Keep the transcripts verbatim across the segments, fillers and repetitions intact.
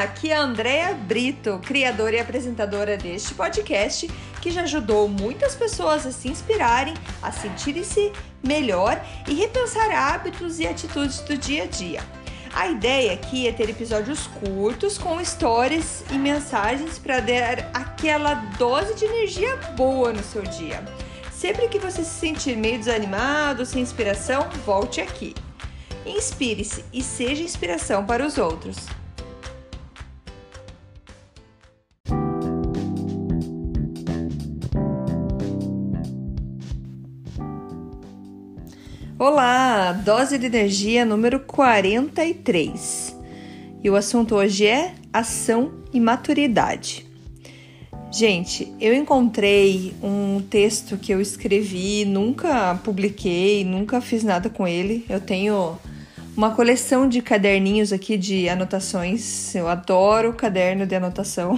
aqui é a Andrea Brito, criadora e apresentadora deste podcast, que já ajudou muitas pessoas a se inspirarem, a sentirem-se melhor e repensar hábitos e atitudes do dia a dia. A ideia aqui é ter episódios curtos com histórias e mensagens para dar aquela dose de energia boa no seu dia. Sempre que você se sentir meio desanimado, sem inspiração, volte aqui. Inspire-se e seja inspiração para os outros. Olá, dose de energia número quarenta e três. E o assunto hoje é ação e maturidade. Gente, eu encontrei um texto que eu escrevi, nunca publiquei, nunca fiz nada com ele. Eu tenho uma coleção de caderninhos aqui de anotações. Eu adoro caderno de anotação.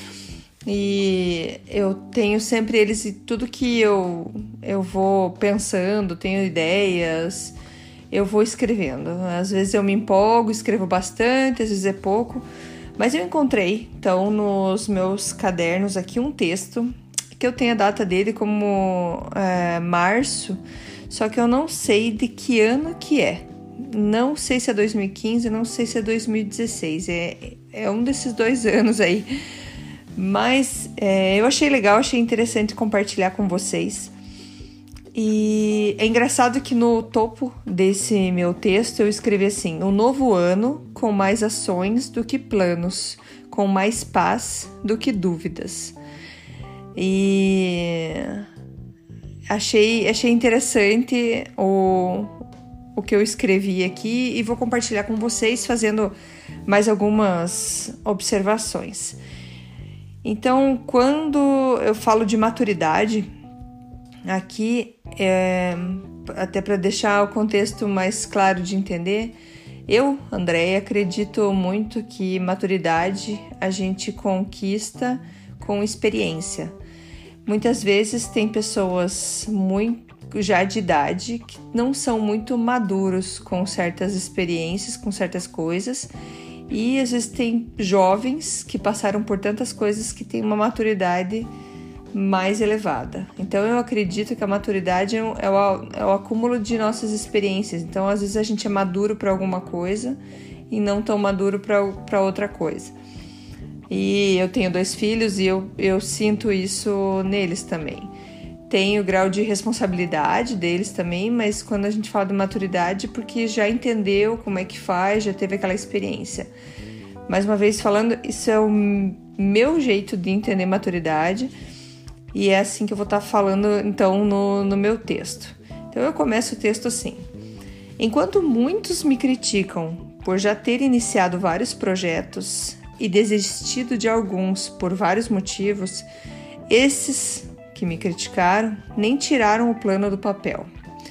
E eu tenho sempre eles e tudo que eu, eu vou pensando, tenho ideias, eu vou escrevendo. Às vezes eu me empolgo, escrevo bastante, às vezes é pouco. Mas eu encontrei, então, nos meus cadernos aqui um texto, que eu tenho a data dele como é, março, só que eu não sei de que ano que é. Não sei se é dois mil e quinze, não sei se é dois mil e dezesseis, é, é um desses dois anos aí. Mas é, eu achei legal, achei interessante compartilhar com vocês. E é engraçado que no topo desse meu texto eu escrevi assim: um novo ano com mais ações do que planos, com mais paz do que dúvidas. E achei, achei interessante o, o que eu escrevi aqui e vou compartilhar com vocês fazendo mais algumas observações. Então, quando eu falo de maturidade, aqui, é, até para deixar o contexto mais claro de entender, eu, Andréia, acredito muito que maturidade a gente conquista com experiência. Muitas vezes tem pessoas muito, já de idade que não são muito maduros com certas experiências, com certas coisas. E às vezes tem jovens que passaram por tantas coisas que têm uma maturidade mais elevada. Então eu acredito que a maturidade é o, é o acúmulo de nossas experiências. Então às vezes a gente é maduro para alguma coisa e não tão maduro para outra coisa. E eu tenho dois filhos e eu, eu sinto isso neles também. Tem o grau de responsabilidade deles também, mas quando a gente fala de maturidade, porque já entendeu como é que faz, já teve aquela experiência. Mais uma vez falando, isso é o meu jeito de entender maturidade e é assim que eu vou estar falando então no, no meu texto. Então eu começo o texto assim: enquanto muitos me criticam por já ter iniciado vários projetos e desistido de alguns por vários motivos, esses que me criticaram nem tiraram o plano do papel.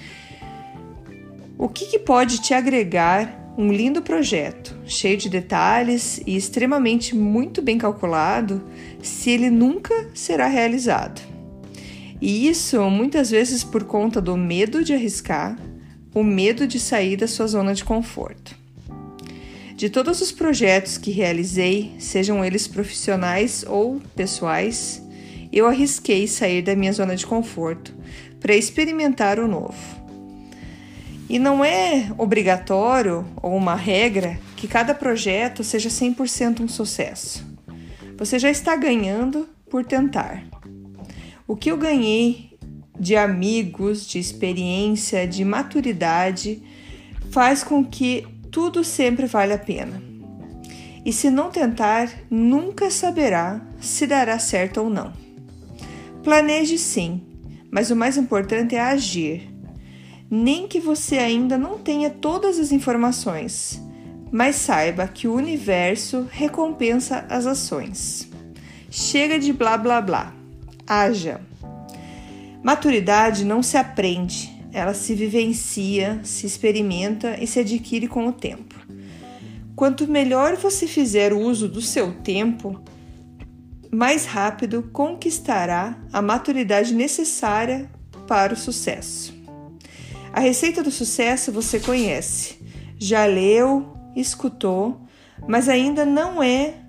O que, que pode te agregar um lindo projeto, cheio de detalhes e extremamente muito bem calculado, se ele nunca será realizado? E isso muitas vezes por conta do medo de arriscar, o medo de sair da sua zona de conforto. De todos os projetos que realizei, sejam eles profissionais ou pessoais, eu arrisquei sair da minha zona de conforto para experimentar o novo. E não é obrigatório ou uma regra que cada projeto seja cem por cento um sucesso. Você já está ganhando por tentar. O que eu ganhei de amigos, de experiência, de maturidade, faz com que tudo sempre vale a pena. E se não tentar, nunca saberá se dará certo ou não. Planeje sim, mas o mais importante é agir. Nem que você ainda não tenha todas as informações, mas saiba que o universo recompensa as ações. Chega de blá blá blá. Haja. Maturidade não se aprende, ela se vivencia, se experimenta e se adquire com o tempo. Quanto melhor você fizer uso do seu tempo, mais rápido conquistará a maturidade necessária para o sucesso. A receita do sucesso você conhece, já leu, escutou, mas ainda não é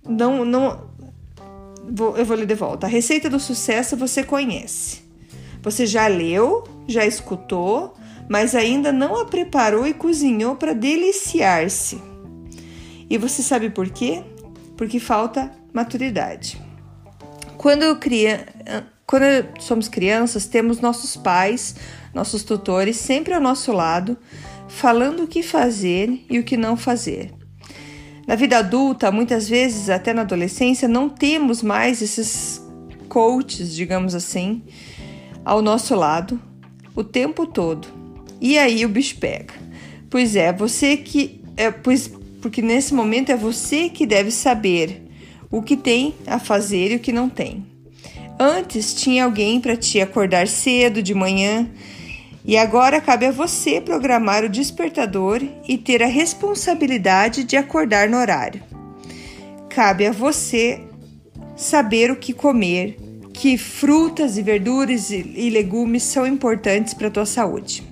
não, não, vou, eu vou ler de volta. A receita do sucesso você conhece. Você já leu, já escutou, mas ainda não a preparou e cozinhou para deliciar-se. E você sabe por quê? Porque falta maturidade. Quando, eu cria, quando somos crianças, temos nossos pais, nossos tutores sempre ao nosso lado, falando o que fazer e o que não fazer. Na vida adulta, muitas vezes, até na adolescência, não temos mais esses coaches, digamos assim, ao nosso lado o tempo todo. E aí o bicho pega. Pois é, você que... É, pois, porque nesse momento é você que deve saber o que tem a fazer e o que não tem. Antes tinha alguém para te acordar cedo de manhã e agora cabe a você programar o despertador e ter a responsabilidade de acordar no horário. Cabe a você saber o que comer, que frutas e verduras e legumes são importantes para a tua saúde.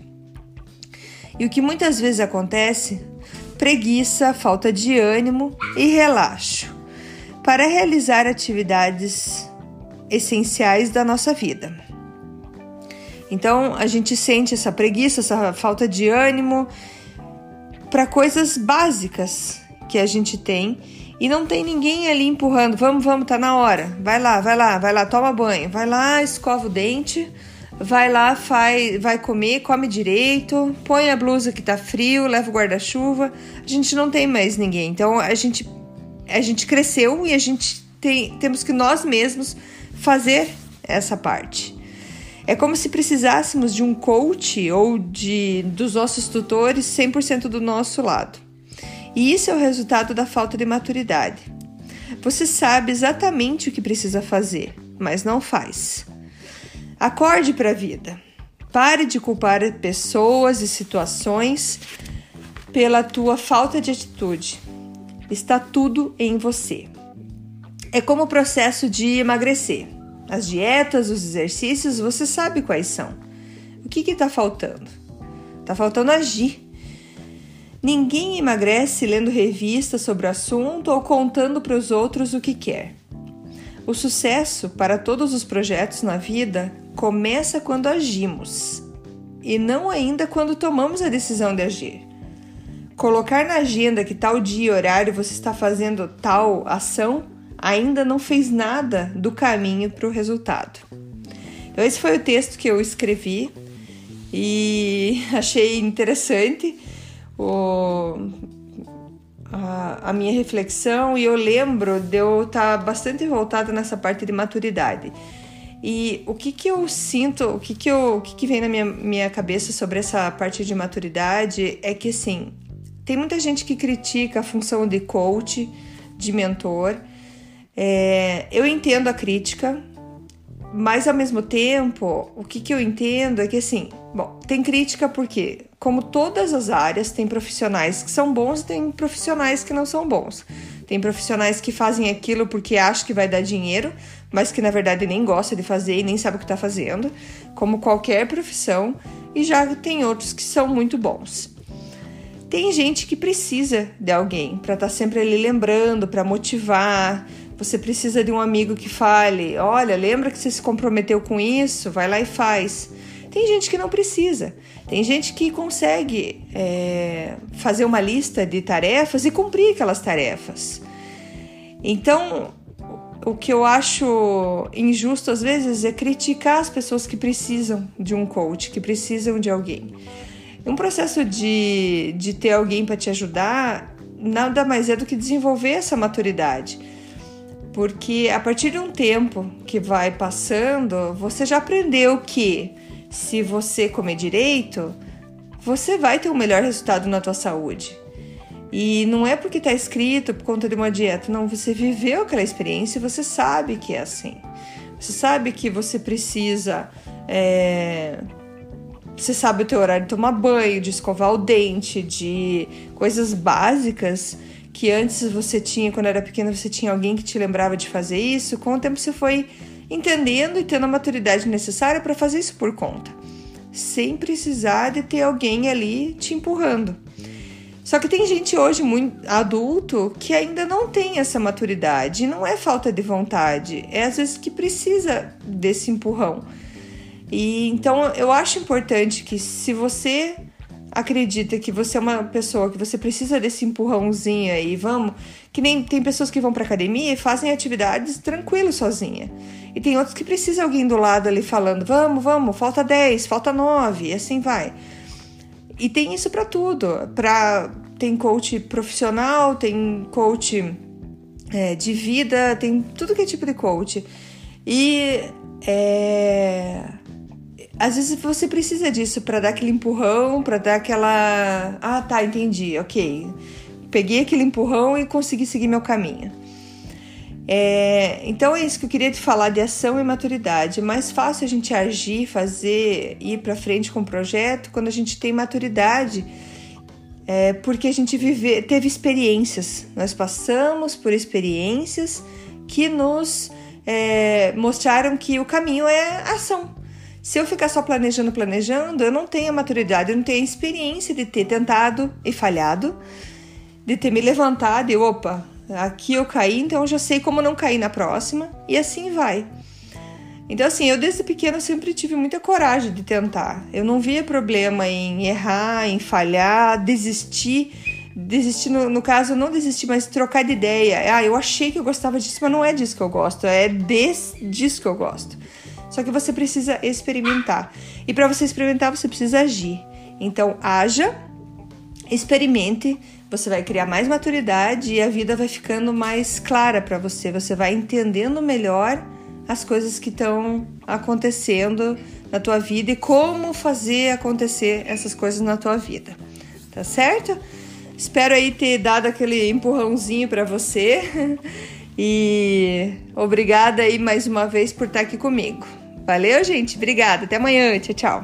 E o que muitas vezes acontece? Preguiça, falta de ânimo e relaxo para realizar atividades essenciais da nossa vida. Então, a gente sente essa preguiça, essa falta de ânimo para coisas básicas que a gente tem e não tem ninguém ali empurrando. Vamos, vamos, tá na hora. Vai lá, vai lá, vai lá, toma banho. Vai lá, escova o dente. Vai lá, faz, vai comer, come direito. Põe a blusa que tá frio, leva o guarda-chuva. A gente não tem mais ninguém. Então, a gente... A gente cresceu e a gente tem, temos que nós mesmos fazer essa parte. É como se precisássemos de um coach ou de, dos nossos tutores cem por cento do nosso lado. E isso é o resultado da falta de maturidade. Você sabe exatamente o que precisa fazer, mas não faz. Acorde para a vida. Pare de culpar pessoas e situações pela tua falta de atitude. Está tudo em você. É como o processo de emagrecer. As dietas, os exercícios, você sabe quais são. O que está faltando? Está faltando agir. Ninguém emagrece lendo revistas sobre o assunto ou contando para os outros o que quer. O sucesso para todos os projetos na vida começa quando agimos e não ainda quando tomamos a decisão de agir. Colocar na agenda que tal dia e horário você está fazendo tal ação ainda não fez nada do caminho para o resultado. Então esse foi o texto que eu escrevi e achei interessante o, a, a minha reflexão e eu lembro de eu estar bastante voltada nessa parte de maturidade. E o que que eu sinto, o que que, eu, o que, que vem na minha, minha cabeça sobre essa parte de maturidade é que assim, tem muita gente que critica a função de coach, de mentor. É, eu entendo a crítica, mas ao mesmo tempo, o que, que eu entendo é que assim, bom, tem crítica porque, como todas as áreas, tem profissionais que são bons e tem profissionais que não são bons. Tem profissionais que fazem aquilo porque acham que vai dar dinheiro, mas que na verdade nem gosta de fazer e nem sabe o que está fazendo, como qualquer profissão, e já tem outros que são muito bons. Tem gente que precisa de alguém para estar sempre ali lembrando, para motivar. Você precisa de um amigo que fale, olha, lembra que você se comprometeu com isso? Vai lá e faz. Tem gente que não precisa. Tem gente que consegue é, fazer uma lista de tarefas e cumprir aquelas tarefas. Então, o que eu acho injusto às vezes é criticar as pessoas que precisam de um coach, que precisam de alguém. Um processo de, de ter alguém para te ajudar nada mais é do que desenvolver essa maturidade. Porque a partir de um tempo que vai passando, você já aprendeu que se você comer direito, você vai ter um melhor resultado na tua saúde. E não é porque está escrito por conta de uma dieta, não, você viveu aquela experiência e você sabe que é assim. Você sabe que você precisa... É... Você sabe o teu horário de tomar banho, de escovar o dente, de coisas básicas que antes você tinha, quando era pequena, você tinha alguém que te lembrava de fazer isso. Com o tempo você foi entendendo e tendo a maturidade necessária para fazer isso por conta, sem precisar de ter alguém ali te empurrando. Só que tem gente hoje muito adulto que ainda não tem essa maturidade. E não é falta de vontade, é às vezes que precisa desse empurrão. E então eu acho importante que, se você acredita que você é uma pessoa que você precisa desse empurrãozinho aí, vamos, que nem tem pessoas que vão pra academia e fazem atividades tranquilo sozinha. E tem outros que precisam alguém do lado ali falando, vamos, vamos, falta dez, falta nove, e assim vai. E tem isso pra tudo. Pra, tem coach profissional, tem coach é, de vida, tem tudo que é tipo de coach. E é... às vezes você precisa disso para dar aquele empurrão, para dar aquela... Ah, tá, entendi, ok. Peguei aquele empurrão e consegui seguir meu caminho. É... Então é isso que eu queria te falar, de ação e maturidade. É mais fácil a gente agir, fazer, ir para frente com o projeto quando a gente tem maturidade, é... porque a gente vive... teve experiências. Nós passamos por experiências que nos é... mostraram que o caminho é ação. Se eu ficar só planejando, planejando, eu não tenho a maturidade, eu não tenho a experiência de ter tentado e falhado, de ter me levantado e, opa, aqui eu caí, então eu já sei como não cair na próxima, e assim vai. Então, assim, eu desde pequena sempre tive muita coragem de tentar. Eu não via problema em errar, em falhar, desistir. Desistir, no, no caso, não desistir, mas trocar de ideia. Ah, eu achei que eu gostava disso, mas não é disso que eu gosto, é desse, disso que eu gosto. Só que você precisa experimentar. E para você experimentar, você precisa agir. Então, haja, experimente, você vai criar mais maturidade e a vida vai ficando mais clara para você. Você vai entendendo melhor as coisas que estão acontecendo na tua vida e como fazer acontecer essas coisas na tua vida. Tá certo? Espero aí ter dado aquele empurrãozinho para você. E obrigada aí mais uma vez por estar aqui comigo. Valeu, gente. Obrigada. Até amanhã. Tchau, tchau.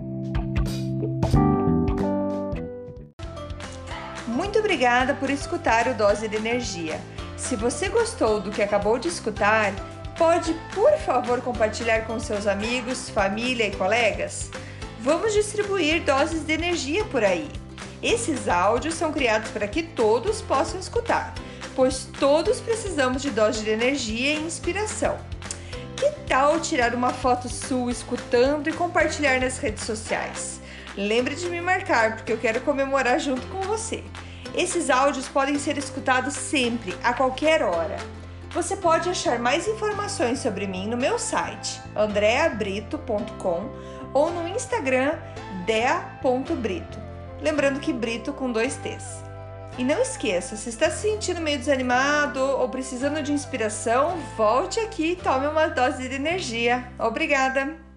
Muito obrigada por escutar o Dose de Energia. Se você gostou do que acabou de escutar, pode, por favor, compartilhar com seus amigos, família e colegas? Vamos distribuir doses de energia por aí. Esses áudios são criados para que todos possam escutar, pois todos precisamos de dose de energia e inspiração. Que tal tirar uma foto sua escutando e compartilhar nas redes sociais? Lembre de me marcar, porque eu quero comemorar junto com você. Esses áudios podem ser escutados sempre, a qualquer hora. Você pode achar mais informações sobre mim no meu site, andrea brito ponto com, ou no Instagram, dea ponto brito. Lembrando que Brito com dois T's. E não esqueça, se está se sentindo meio desanimado ou precisando de inspiração, volte aqui e tome uma dose de energia. Obrigada!